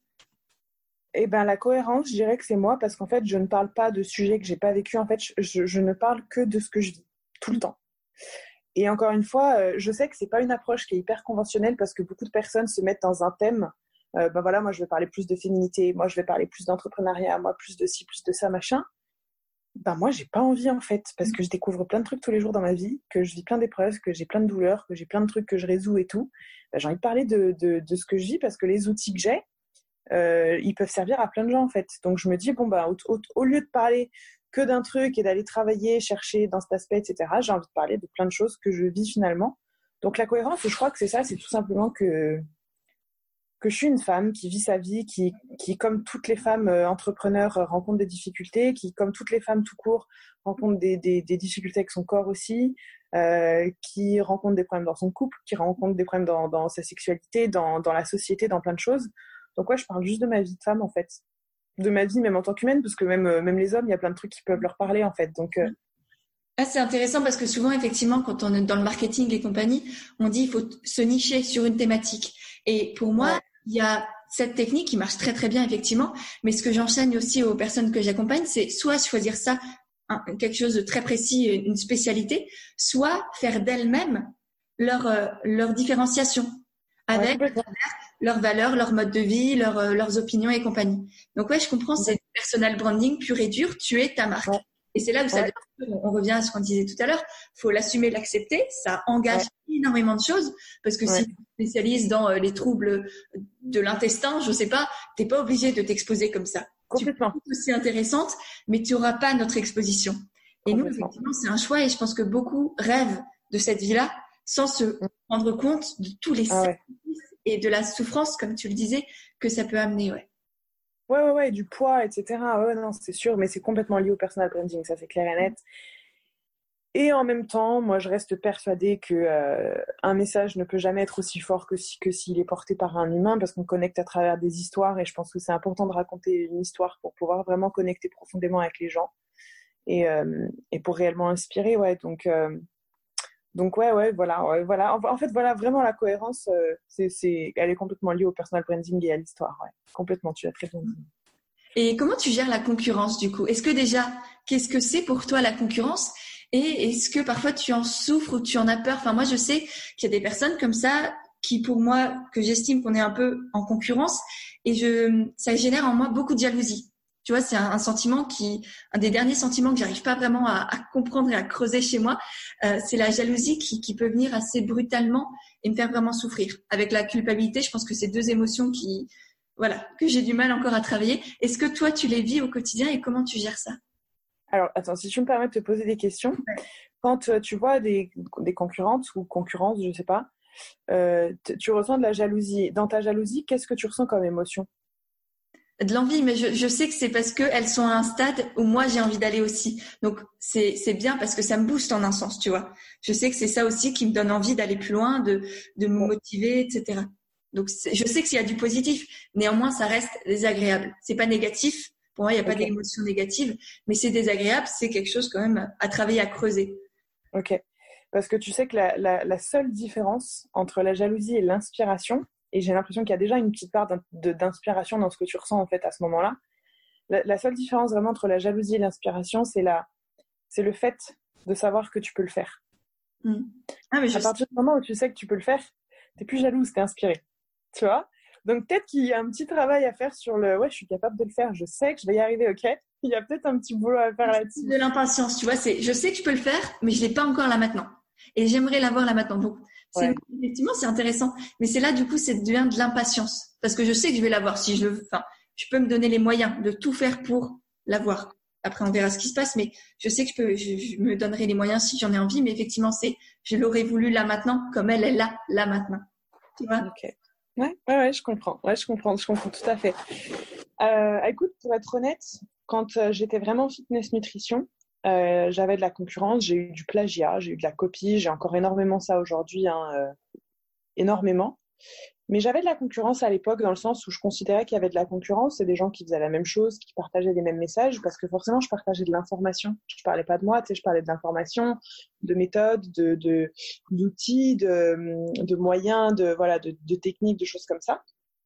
Eh ben, la cohérence, je dirais que c'est moi parce qu'en fait, je ne parle pas de sujets que j'ai pas vécu. En fait, je, je ne parle que de ce que je vis tout le temps. Et encore une fois, euh, je sais que c'est pas une approche qui est hyper conventionnelle parce que beaucoup de personnes se mettent dans un thème. Euh, ben voilà, moi, je vais parler plus de féminité. Moi, je vais parler plus d'entrepreneuriat. Moi, plus de ci, plus de ça, machin. Ben moi, j'ai pas envie en fait parce que je découvre plein de trucs tous les jours dans ma vie, que je vis plein d'épreuves, que j'ai plein de douleurs, que j'ai plein de trucs que je résous et tout. Ben, j'ai envie de parler de, de, de ce que je vis parce que les outils que j'ai, Euh, ils peuvent servir à plein de gens en fait. Donc je me dis bon bah au, au, au lieu de parler que d'un truc et d'aller travailler, chercher dans cet aspect, et cetera. J'ai envie de parler de plein de choses que je vis finalement. Donc la cohérence, je crois que c'est ça, c'est tout simplement que que je suis une femme qui vit sa vie, qui qui comme toutes les femmes euh, entrepreneurs euh, rencontre des difficultés, qui comme toutes les femmes tout court rencontre des des, des difficultés avec son corps aussi, euh, qui rencontre des problèmes dans son couple, qui rencontre des problèmes dans dans sa sexualité, dans dans la société, dans plein de choses. Donc ouais, je parle juste de ma vie de femme en fait, de ma vie même en tant qu'humaine, parce que même euh, même les hommes, il y a plein de trucs qui peuvent leur parler en fait. Donc euh... ah, c'est intéressant parce que souvent effectivement, quand on est dans le marketing et compagnie, on dit il faut se nicher sur une thématique. Et pour moi, ouais. il y a cette technique qui marche très très bien effectivement. Mais ce que j'enseigne aussi aux personnes que j'accompagne, c'est soit choisir ça, hein, quelque chose de très précis, une spécialité, soit faire d'elles-mêmes leur euh, leur différenciation avec ouais, leurs valeurs, leur mode de vie, leur, euh, leurs opinions et compagnie. Donc ouais, je comprends, ouais. C'est personal branding pur et dur, tu es ta marque. Ouais. Et c'est là où ça ouais. devient, on revient à ce qu'on disait tout à l'heure, faut l'assumer, l'accepter, ça engage ouais. énormément de choses, parce que ouais. si tu te spécialises dans euh, les troubles de l'intestin, je sais pas, t'es pas obligé de t'exposer comme ça. Complètement. Tu peux être aussi intéressante, mais tu auras pas notre exposition. Et nous, effectivement, c'est un choix et je pense que beaucoup rêvent de cette vie-là sans se rendre compte de tous les ah ouais. et de la souffrance, comme tu le disais, que ça peut amener, ouais. Ouais, ouais, ouais, du poids, et cetera. Ouais, non, c'est sûr, mais c'est complètement lié au personal branding, ça c'est clair et net. Et en même temps, moi, je reste persuadée que euh, un message ne peut jamais être aussi fort que si que s'il est porté par un humain, parce qu'on connecte à travers des histoires, et je pense que c'est important de raconter une histoire pour pouvoir vraiment connecter profondément avec les gens et euh, et pour réellement inspirer, ouais. Donc euh, Donc ouais, ouais, voilà, ouais, voilà. En, en fait, voilà, vraiment la cohérence, euh, c'est, c'est, elle est complètement liée au personal branding et à l'histoire, ouais. Complètement, tu as très bien dit. Et comment tu gères la concurrence du coup ? Est-ce que déjà, qu'est-ce que c'est pour toi la concurrence ? Et est-ce que parfois tu en souffres ou tu en as peur ? Enfin, moi, je sais qu'il y a des personnes comme ça qui, pour moi, que j'estime qu'on est un peu en concurrence, et je, ça génère en moi beaucoup de jalousie. Tu vois, c'est un, un sentiment qui, un des derniers sentiments que j'arrive pas vraiment à, à comprendre et à creuser chez moi, euh, c'est la jalousie qui, qui peut venir assez brutalement et me faire vraiment souffrir. Avec la culpabilité, je pense que c'est deux émotions qui, voilà, que j'ai du mal encore à travailler. Est-ce que toi, tu les vis au quotidien et comment tu gères ça ? Alors, attends, si tu me permets de te poser des questions, ouais. Quand euh, tu vois des, des concurrentes ou concurrences, je sais pas, euh, t- tu ressens de la jalousie. Dans ta jalousie, qu'est-ce que tu ressens comme émotion ? De l'envie, mais je, je sais que c'est parce que elles sont à un stade où moi j'ai envie d'aller aussi. Donc c'est c'est bien parce que ça me booste en un sens, tu vois. Je sais que c'est ça aussi qui me donne envie d'aller plus loin, de de me motiver, et cetera. Donc c'est, je sais que s'il y a du positif, néanmoins ça reste désagréable. C'est pas négatif. Pour moi, il y a pas okay. d'émotion négative, mais c'est désagréable. C'est quelque chose quand même à travailler, à creuser. Ok. Parce que tu sais que la la, la seule différence entre la jalousie et l'inspiration. Et j'ai l'impression qu'il y a déjà une petite part d'inspiration dans ce que tu ressens en fait à ce moment-là. La, la seule différence vraiment entre la jalousie et l'inspiration, c'est la, c'est le fait de savoir que tu peux le faire. Mmh. Ah, mais je à partir du moment où tu sais que tu peux le faire, t'es plus jalouse, t'es inspirée. Tu vois ? Donc peut-être qu'il y a un petit travail à faire sur le, ouais, je suis capable de le faire, je sais que je vais y arriver, ok. Il y a peut-être un petit boulot à faire là-dessus. De l'impatience, tu vois, c'est, je sais que je peux le faire, mais je l'ai pas encore là maintenant. Et j'aimerais l'avoir là maintenant. Donc, c'est, ouais. Effectivement, c'est intéressant. Mais c'est là, du coup, c'est devient de l'impatience. Parce que je sais que je vais l'avoir si je le veux. Enfin, je peux me donner les moyens de tout faire pour l'avoir. Après, on verra ce qui se passe, mais je sais que je peux, je, je me donnerai les moyens si j'en ai envie. Mais effectivement, c'est, je l'aurais voulu là maintenant, comme elle est là, là maintenant. Tu vois? Ok. Ouais, ouais, ouais, je comprends. Ouais, je comprends, je comprends tout à fait. Euh, écoute, pour être honnête, quand euh, j'étais vraiment fitness nutrition, Euh, j'avais de la concurrence, j'ai eu du plagiat, j'ai eu de la copie, j'ai encore énormément ça aujourd'hui, hein, euh, énormément. Mais j'avais de la concurrence à l'époque dans le sens où je considérais qu'il y avait de la concurrence, c'est des gens qui faisaient la même chose, qui partageaient les mêmes messages, parce que forcément je partageais de l'information. Je parlais pas de moi, tu sais, je parlais de l'information, de méthodes, de, de d'outils, de, de moyens, de voilà, de, de techniques, de choses comme ça.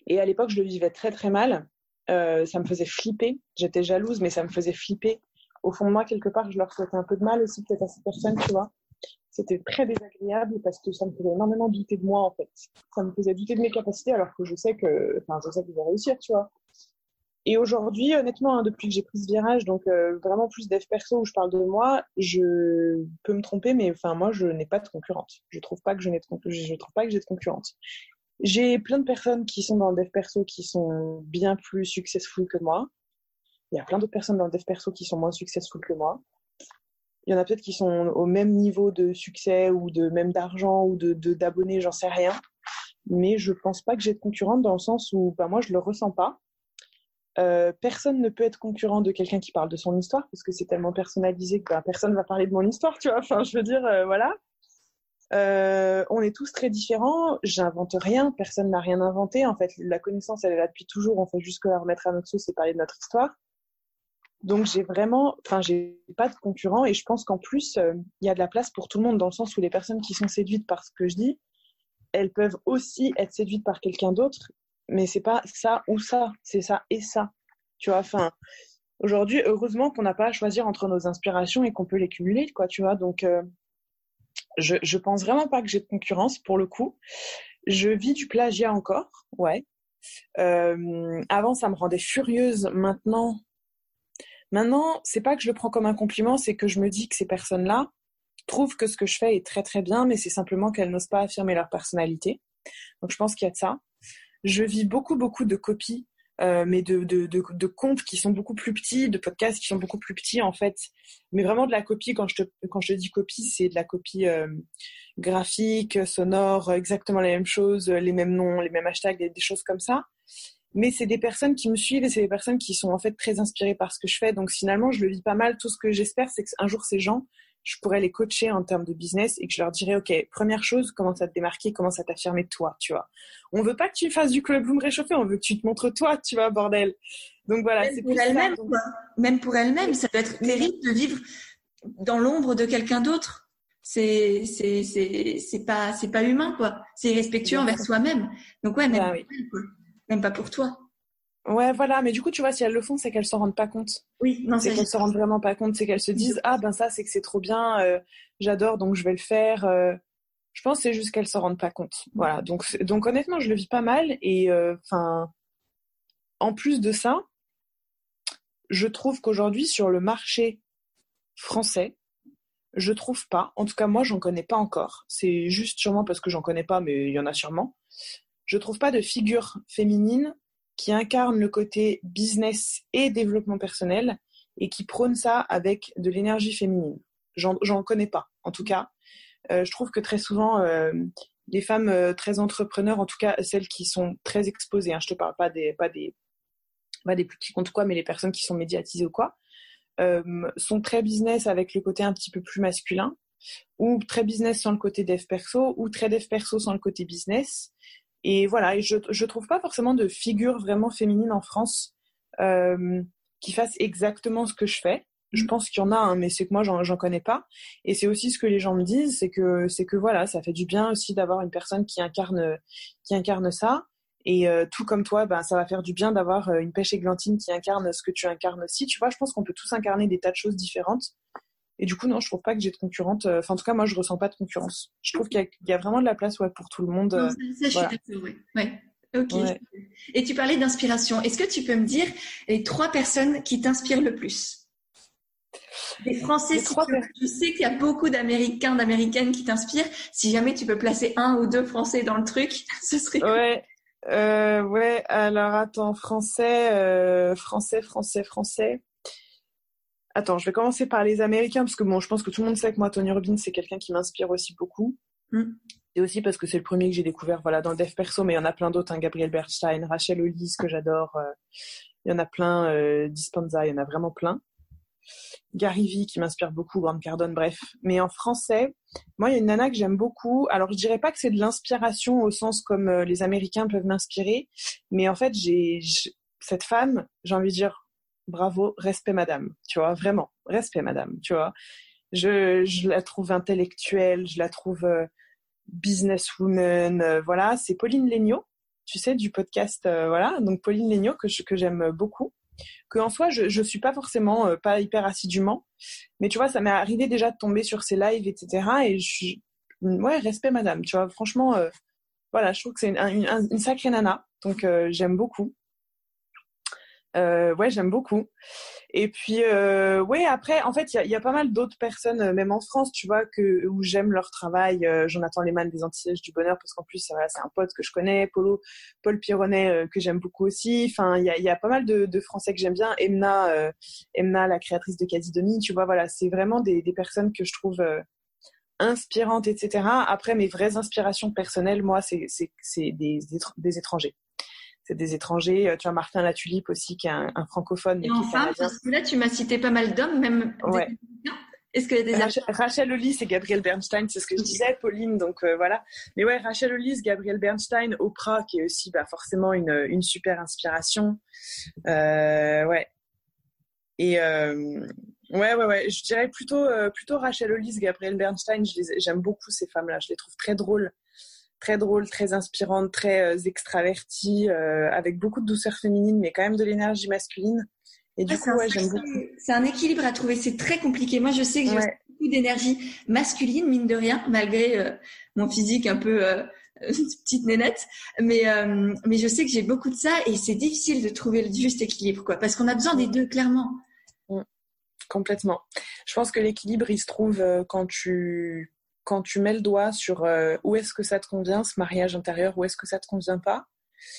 Et à l'époque, je le vivais très très mal. Euh, ça me faisait flipper. J'étais jalouse, mais ça me faisait flipper. Au fond de moi, quelque part, je leur souhaitais un peu de mal aussi, peut-être à ces personnes, tu vois. C'était très désagréable parce que ça me faisait énormément douter de moi, en fait. Ça me faisait douter de mes capacités alors que je sais que, enfin, je sais que je vais réussir, tu vois. Et aujourd'hui, honnêtement, hein, depuis que j'ai pris ce virage, donc euh, vraiment plus dev perso où je parle de moi, je peux me tromper, mais enfin, moi, je n'ai pas de concurrente. Je trouve pas que je n'ai de concurrente. Je trouve pas que j'ai de concurrente. J'ai plein de personnes qui sont dans le dev perso qui sont bien plus successful que moi. Il y a plein d'autres personnes dans le dev perso qui sont moins successful que moi. Il y en a peut-être qui sont au même niveau de succès ou de même d'argent ou de, de d'abonnés, j'en sais rien. Mais je pense pas que j'ai de concurrente dans le sens où bah, moi, je le ressens pas. Euh, personne ne peut être concurrent de quelqu'un qui parle de son histoire parce que c'est tellement personnalisé que bah, personne va parler de mon histoire, tu vois. Enfin, je veux dire, euh, voilà. Euh, on est tous très différents. J'invente rien. Personne n'a rien inventé. En fait, la connaissance, elle est là depuis toujours. On fait juste que la remettre à notre sauce et parler de notre histoire. Donc, j'ai vraiment, enfin, j'ai pas de concurrent et je pense qu'en plus, il euh, y a de la place pour tout le monde dans le sens où les personnes qui sont séduites par ce que je dis, elles peuvent aussi être séduites par quelqu'un d'autre. Mais c'est pas ça ou ça, c'est ça et ça. Tu vois, enfin, aujourd'hui, heureusement qu'on n'a pas à choisir entre nos inspirations et qu'on peut les cumuler, quoi, tu vois. Donc, euh, je, je pense vraiment pas que j'ai de concurrence pour le coup. Je vis du plagiat encore, ouais. Euh, avant, ça me rendait furieuse. Maintenant, maintenant, c'est pas que je le prends comme un compliment, c'est que je me dis que ces personnes-là trouvent que ce que je fais est très très bien, mais c'est simplement qu'elles n'osent pas affirmer leur personnalité. Donc, je pense qu'il y a de ça. Je vis beaucoup, beaucoup de copies, euh, mais de, de, de, de comptes qui sont beaucoup plus petits, de podcasts qui sont beaucoup plus petits, en fait. Mais vraiment de la copie, quand je te, quand je te dis copie, c'est de la copie euh, graphique, sonore, exactement les mêmes choses, les mêmes noms, les mêmes hashtags, des, des choses comme ça. Mais c'est des personnes qui me suivent et c'est des personnes qui sont en fait très inspirées par ce que je fais. Donc finalement, je le vis pas mal. Tout ce que j'espère, c'est qu'un jour, ces gens, je pourrais les coacher en termes de business et que je leur dirais, OK, première chose, commence à te démarquer, commence à t'affirmer de toi, tu vois. On veut pas que tu fasses du Club Bloom réchauffé, on veut que tu te montres toi, tu vois, bordel. Donc voilà, Même c'est pour plus elle-même, ça. Donc... quoi. Même pour elle-même, ça doit être terrible de vivre dans l'ombre de quelqu'un d'autre. C'est, c'est, c'est, c'est pas, c'est pas humain, quoi. C'est irrespectueux envers soi-même. Donc ouais, même, Bah, oui. quoi. Même pas pour toi. Ouais, voilà. Mais du coup, tu vois, si elles le font, c'est qu'elles s'en rendent pas compte. Oui, non, C'est ça, qu'elles se rendent vraiment pas compte. C'est qu'elles se disent, ah, ben ça, c'est que c'est trop bien, euh, j'adore, donc je vais le faire. Euh, je pense que c'est juste qu'elles s'en rendent pas compte. Voilà. Donc, donc honnêtement, je le vis pas mal. Et enfin, euh, en plus de ça, je trouve qu'aujourd'hui, sur le marché français, je trouve pas, en tout cas moi j'en connais pas encore, c'est juste sûrement parce que j'en connais pas, mais il y en a sûrement, je trouve pas de figure féminine qui incarne le côté business et développement personnel et qui prône ça avec de l'énergie féminine. J'en, j'en connais pas, en tout cas. Euh, je trouve que très souvent, euh, les femmes euh, très entrepreneurs, en tout cas celles qui sont très exposées, hein, je te parle pas des, pas des, pas des plus petits comptes quoi, mais les personnes qui sont médiatisées ou quoi, Euh, sont très business avec le côté un petit peu plus masculin, ou très business sans le côté dev perso, ou très dev perso sans le côté business. Et voilà, et je je trouve pas forcément de figure vraiment féminine en France euh, qui fasse exactement ce que je fais. Je pense qu'il y en a, hein, mais c'est que moi j'en j'en connais pas. Et c'est aussi ce que les gens me disent, c'est que c'est que voilà, ça fait du bien aussi d'avoir une personne qui incarne qui incarne ça. Et euh, tout comme toi, ben, ça va faire du bien d'avoir euh, une pêche églantine qui incarne ce que tu incarnes aussi. Tu vois, je pense qu'on peut tous incarner des tas de choses différentes. Et du coup, non, je trouve pas que j'ai de concurrente. Enfin, en tout cas, moi, je ressens pas de concurrence. Je trouve qu'il y a, il y a vraiment de la place ouais, pour tout le monde. non, Euh, ça, ça, je voilà. suis d'accord, ouais. Ouais. Ok. Ouais. Et tu parlais d'inspiration. Est-ce que tu peux me dire les trois personnes qui t'inspirent le plus? Des Français, Les si trois tu per- veux. Je sais qu'il y a beaucoup d'Américains, d'Américaines qui t'inspirent. Si jamais tu peux placer un ou deux Français dans le truc, ce serait cool. Ouais. Euh, ouais. Alors, attends, français, euh, français, français, français. Attends, je vais commencer par les Américains parce que bon, je pense que tout le monde sait que moi, Tony Robbins, c'est quelqu'un qui m'inspire aussi beaucoup. Mm. Et aussi parce que c'est le premier que j'ai découvert, voilà, dans le dev perso, mais il y en a plein d'autres, hein, Gabriel Bernstein, Rachel Hollis, que j'adore. Euh, il y en a plein, euh, Dispenza, il y en a vraiment plein. Gary Vee qui m'inspire beaucoup, Grant Cardone, bref. Mais en français, moi, il y a une nana que j'aime beaucoup. Alors, je dirais pas que c'est de l'inspiration au sens comme euh, les Américains peuvent m'inspirer, mais en fait, j'ai, j'ai cette femme, j'ai envie de dire bravo, respect madame, tu vois, vraiment, respect madame, tu vois. Je, je la trouve intellectuelle, je la trouve euh, businesswoman, euh, voilà. C'est Pauline Léniaud. tu sais, du podcast, euh, voilà, donc Pauline Léniaud, que, je, que j'aime beaucoup. Que en soi, je, je suis pas forcément, euh, pas hyper assidûment, mais tu vois, ça m'est arrivé déjà de tomber sur ses lives, et cetera. Et je, ouais, respect madame, tu vois, franchement, euh, voilà, je trouve que c'est une, une, une sacrée nana, donc euh, j'aime beaucoup. Euh, ouais, j'aime beaucoup. Et puis, euh, ouais, après, en fait, il y a, y a pas mal d'autres personnes, euh, même en France, tu vois, que, où j'aime leur travail. Euh, Jonathan Lehmann des Antilles du Bonheur, parce qu'en plus, voilà, c'est un pote que je connais. Polo, Paul Pironnet, euh, que j'aime beaucoup aussi. Enfin, il y a, y a pas mal de, de Français que j'aime bien. Emna, euh, Emna, la créatrice de Casidonie, tu vois, voilà, c'est vraiment des, des personnes que je trouve euh, inspirantes, et cetera. Après, mes vraies inspirations personnelles, moi, c'est, c'est, c'est des, des, des étrangers. C'est des étrangers. Tu vois, Martin Latulippe aussi, qui est un, un francophone, mais Et qui est enfin, canadien. parce que là, tu m'as cité pas mal d'hommes, même Ouais. des... Est-ce qu'il y a des Rachel, Rachel Hollis et Gabrielle Bernstein, c'est ce que je disais, Pauline, donc euh, voilà. Mais ouais, Rachel Hollis, Gabrielle Bernstein, Oprah, qui est aussi bah, forcément une, une super inspiration. Euh, ouais. Et euh, ouais, ouais, ouais, je dirais plutôt, euh, plutôt Rachel Hollis, Gabrielle Bernstein. Je les, j'aime beaucoup ces femmes-là. Je les trouve très drôles. Très drôles, très inspirantes, très euh, extraverties, euh, avec beaucoup de douceur féminine, mais quand même de l'énergie masculine. Et du ouais, coup, ouais, j'aime beaucoup. C'est un équilibre à trouver, c'est très compliqué. Moi, je sais que j'ai ouais. beaucoup d'énergie masculine, mine de rien, malgré euh, mon physique un peu euh, petite nénette. Mais, euh, mais je sais que j'ai beaucoup de ça et c'est difficile de trouver le juste équilibre, quoi, parce qu'on a besoin des deux, clairement. Mmh. Complètement. Je pense que l'équilibre, il se trouve euh, quand tu... quand tu mets le doigt sur euh, où est-ce que ça te convient, ce mariage intérieur, où est-ce que ça te convient pas.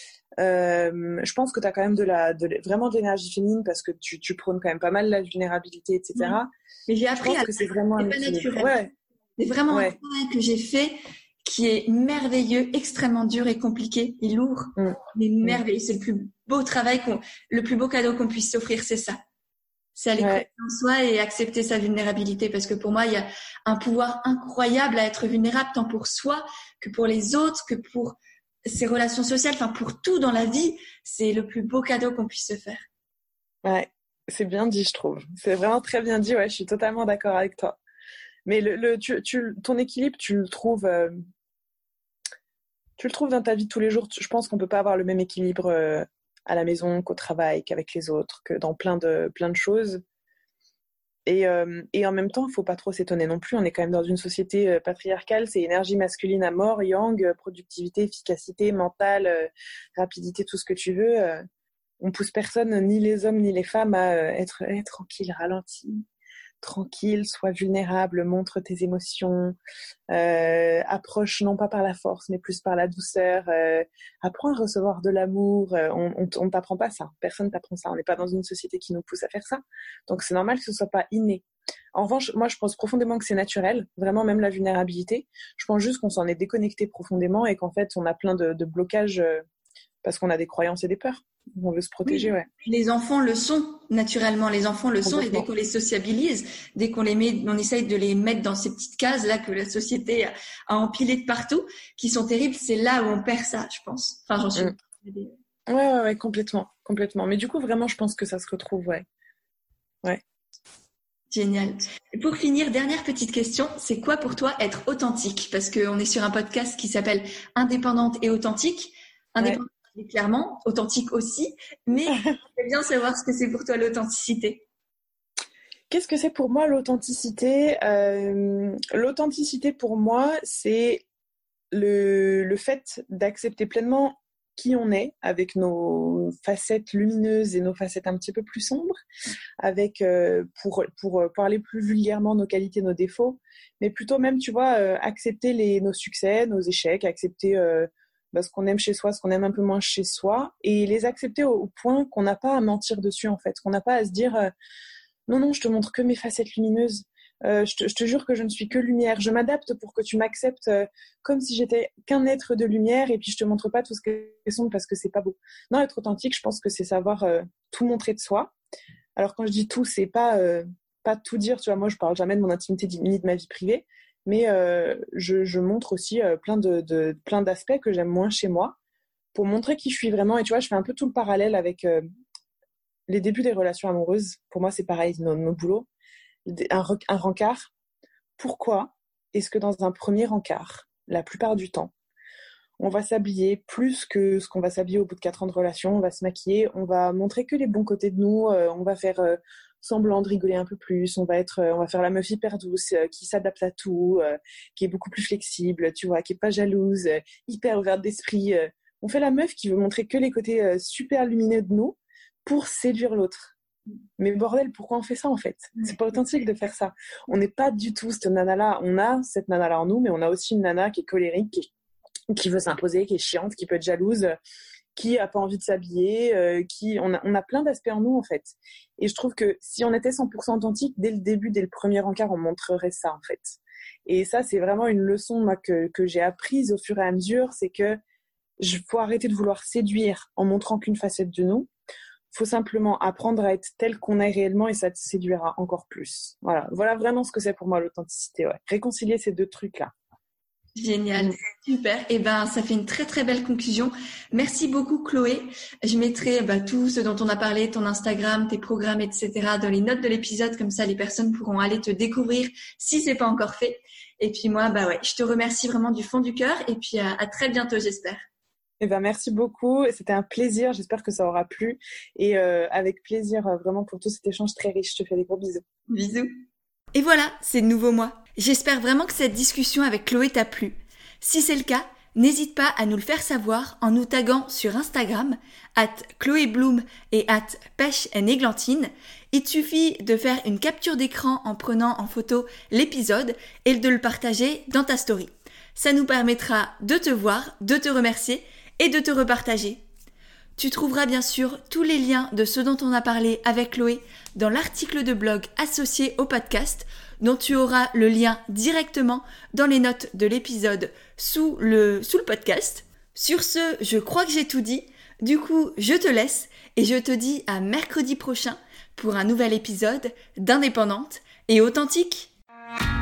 Euh, je pense que tu as quand même de la, de, vraiment de l'énergie féminine parce que tu, tu prônes quand même pas mal la vulnérabilité, et cetera. Ouais. Mais j'ai appris je pense à que c'est vraiment un équilibre. Ouais. C'est vraiment ouais. un travail que j'ai fait qui est merveilleux, extrêmement dur et compliqué et lourd, mmh. mais merveilleux. Mmh. C'est le plus beau travail, qu'on, le plus beau cadeau qu'on puisse s'offrir, c'est ça. C'est aller ouais. en soi et accepter sa vulnérabilité, parce que pour moi, il y a un pouvoir incroyable à être vulnérable, tant pour soi que pour les autres, que pour ses relations sociales, enfin pour tout dans la vie. C'est le plus beau cadeau qu'on puisse se faire. Ouais, c'est bien dit, je trouve. C'est vraiment très bien dit. Ouais, je suis totalement d'accord avec toi. Mais le, le tu, tu, ton équilibre, tu le trouves, euh, tu le trouves dans ta vie de tous les jours. Je pense qu'on peut pas avoir le même équilibre euh, à la maison qu'au travail, qu'avec les autres, que dans plein de plein de choses. Et, euh, et en même temps, il faut pas trop s'étonner non plus. On est quand même dans une société euh, patriarcale. C'est énergie masculine à mort, yang, euh, productivité, efficacité, mentale, euh, rapidité, tout ce que tu veux. Euh, on pousse personne, ni les hommes ni les femmes, à euh, être, être tranquille, ralenti, tranquille, sois vulnérable, montre tes émotions, euh, approche non pas par la force, mais plus par la douceur. Euh, apprends à recevoir de l'amour. Euh, on, on, on t'apprend pas ça. Personne t'apprend ça. On n'est pas dans une société qui nous pousse à faire ça. Donc c'est normal que ce soit pas inné. En revanche, moi je pense profondément que c'est naturel, vraiment même la vulnérabilité. Je pense juste qu'on s'en est déconnecté profondément et qu'en fait on a plein de, de blocages euh, parce qu'on a des croyances et des peurs. On veut se protéger, oui. ouais. Les enfants le sont, naturellement. Les enfants le sont, et dès qu'on les sociabilise, dès qu'on les met, on essaye de les mettre dans ces petites cases là que la société a, a empilées de partout, qui sont terribles, c'est là où on perd ça, je pense. Enfin, j'en suis. Mmh. Ouais, ouais, ouais, complètement, complètement. Mais du coup, vraiment, je pense que ça se retrouve, ouais. Ouais. Génial. Et pour finir, dernière petite question, c'est quoi pour toi être authentique? Parce qu'on est sur un podcast qui s'appelle Indépendante et authentique. Indépendante. Ouais. Clairement, authentique aussi, mais j'aimerais bien savoir ce que c'est pour toi l'authenticité. Qu'est-ce que c'est pour moi l'authenticité? euh, L'authenticité pour moi, c'est le, le fait d'accepter pleinement qui on est, avec nos facettes lumineuses et nos facettes un petit peu plus sombres, avec euh, pour, pour parler plus vulgairement nos qualités, nos défauts, mais plutôt même, tu vois, euh, accepter les, nos succès, nos échecs, accepter... Euh, Bah, ce qu'on aime chez soi, ce qu'on aime un peu moins chez soi, et les accepter au, au point qu'on n'a pas à mentir dessus, en fait, qu'on n'a pas à se dire euh, non, non, je te montre que mes facettes lumineuses, euh, je, te, je te jure que je ne suis que lumière, je m'adapte pour que tu m'acceptes euh, comme si j'étais qu'un être de lumière, et puis je te montre pas tout ce que c'est sombre parce que c'est pas beau. Non, être authentique, je pense que c'est savoir euh, tout montrer de soi. Alors quand je dis tout, c'est pas, euh, pas tout dire, tu vois, moi je parle jamais de mon intimité ni de ma vie privée, mais euh, je, je montre aussi euh, plein, de, de, plein d'aspects que j'aime moins chez moi pour montrer qui je suis vraiment. Et tu vois, je fais un peu tout le parallèle avec euh, les débuts des relations amoureuses. Pour moi, c'est pareil, nos, nos boulots. Un, un rencard. Pourquoi est-ce que dans un premier rencard, la plupart du temps, On va s'habiller plus que ce qu'on va s'habiller au bout de quatre ans de relation. On va se maquiller, on va montrer que les bons côtés de nous. Euh, on va faire euh, semblant de rigoler un peu plus. On va être, euh, on va faire la meuf hyper douce, euh, qui s'adapte à tout, euh, qui est beaucoup plus flexible, tu vois, qui est pas jalouse, euh, hyper ouverte d'esprit. Euh. On fait la meuf qui veut montrer que les côtés euh, super lumineux de nous pour séduire l'autre. Mais bordel, pourquoi on fait ça en fait ? C'est pas authentique de faire ça. On n'est pas du tout cette nana-là. On a cette nana-là en nous, mais on a aussi une nana qui est colérique, qui, qui veut s'imposer, qui est chiante, qui peut être jalouse, qui a pas envie de s'habiller, euh, qui on a, on a plein d'aspects en nous en fait. Et je trouve que si on était cent pour cent authentique, dès le début, dès le premier encart, on montrerait ça en fait. Et ça, c'est vraiment une leçon moi que, que j'ai apprise au fur et à mesure, c'est que je faut arrêter de vouloir séduire en montrant qu'une facette de nous. Faut simplement apprendre à être tel qu'on est réellement et ça te séduira encore plus. Voilà, voilà vraiment ce que c'est pour moi l'authenticité. Ouais. Réconcilier ces deux trucs-là. Génial, super. Et ben, ça fait une très très belle conclusion. Merci beaucoup Chloé. Je mettrai bah, tout ce dont on a parlé, ton Instagram, tes programmes, et cetera dans les notes de l'épisode. Comme ça, les personnes pourront aller te découvrir si c'est pas encore fait. Et puis moi, bah ouais, je te remercie vraiment du fond du cœur. Et puis à, à très bientôt, j'espère. Eh ben, merci beaucoup. C'était un plaisir. J'espère que ça aura plu. Et euh, avec plaisir, euh, vraiment, pour tout cet échange très riche. Je te fais des gros bisous. Bisous. Et voilà, c'est le nouveau mois. J'espère vraiment que cette discussion avec Chloé t'a plu. Si c'est le cas, n'hésite pas à nous le faire savoir en nous taguant sur Instagram, at Chloé Bloom et at Pêche and Églantine. Il te suffit de faire une capture d'écran en prenant en photo l'épisode et de le partager dans ta story. Ça nous permettra de te voir, de te remercier et de te repartager. Tu trouveras bien sûr tous les liens de ce dont on a parlé avec Chloé dans l'article de blog associé au podcast, dont tu auras le lien directement dans les notes de l'épisode sous le, sous le podcast. Sur ce, je crois que j'ai tout dit. Du coup, je te laisse et je te dis à mercredi prochain pour un nouvel épisode d'Indépendante et Authentique.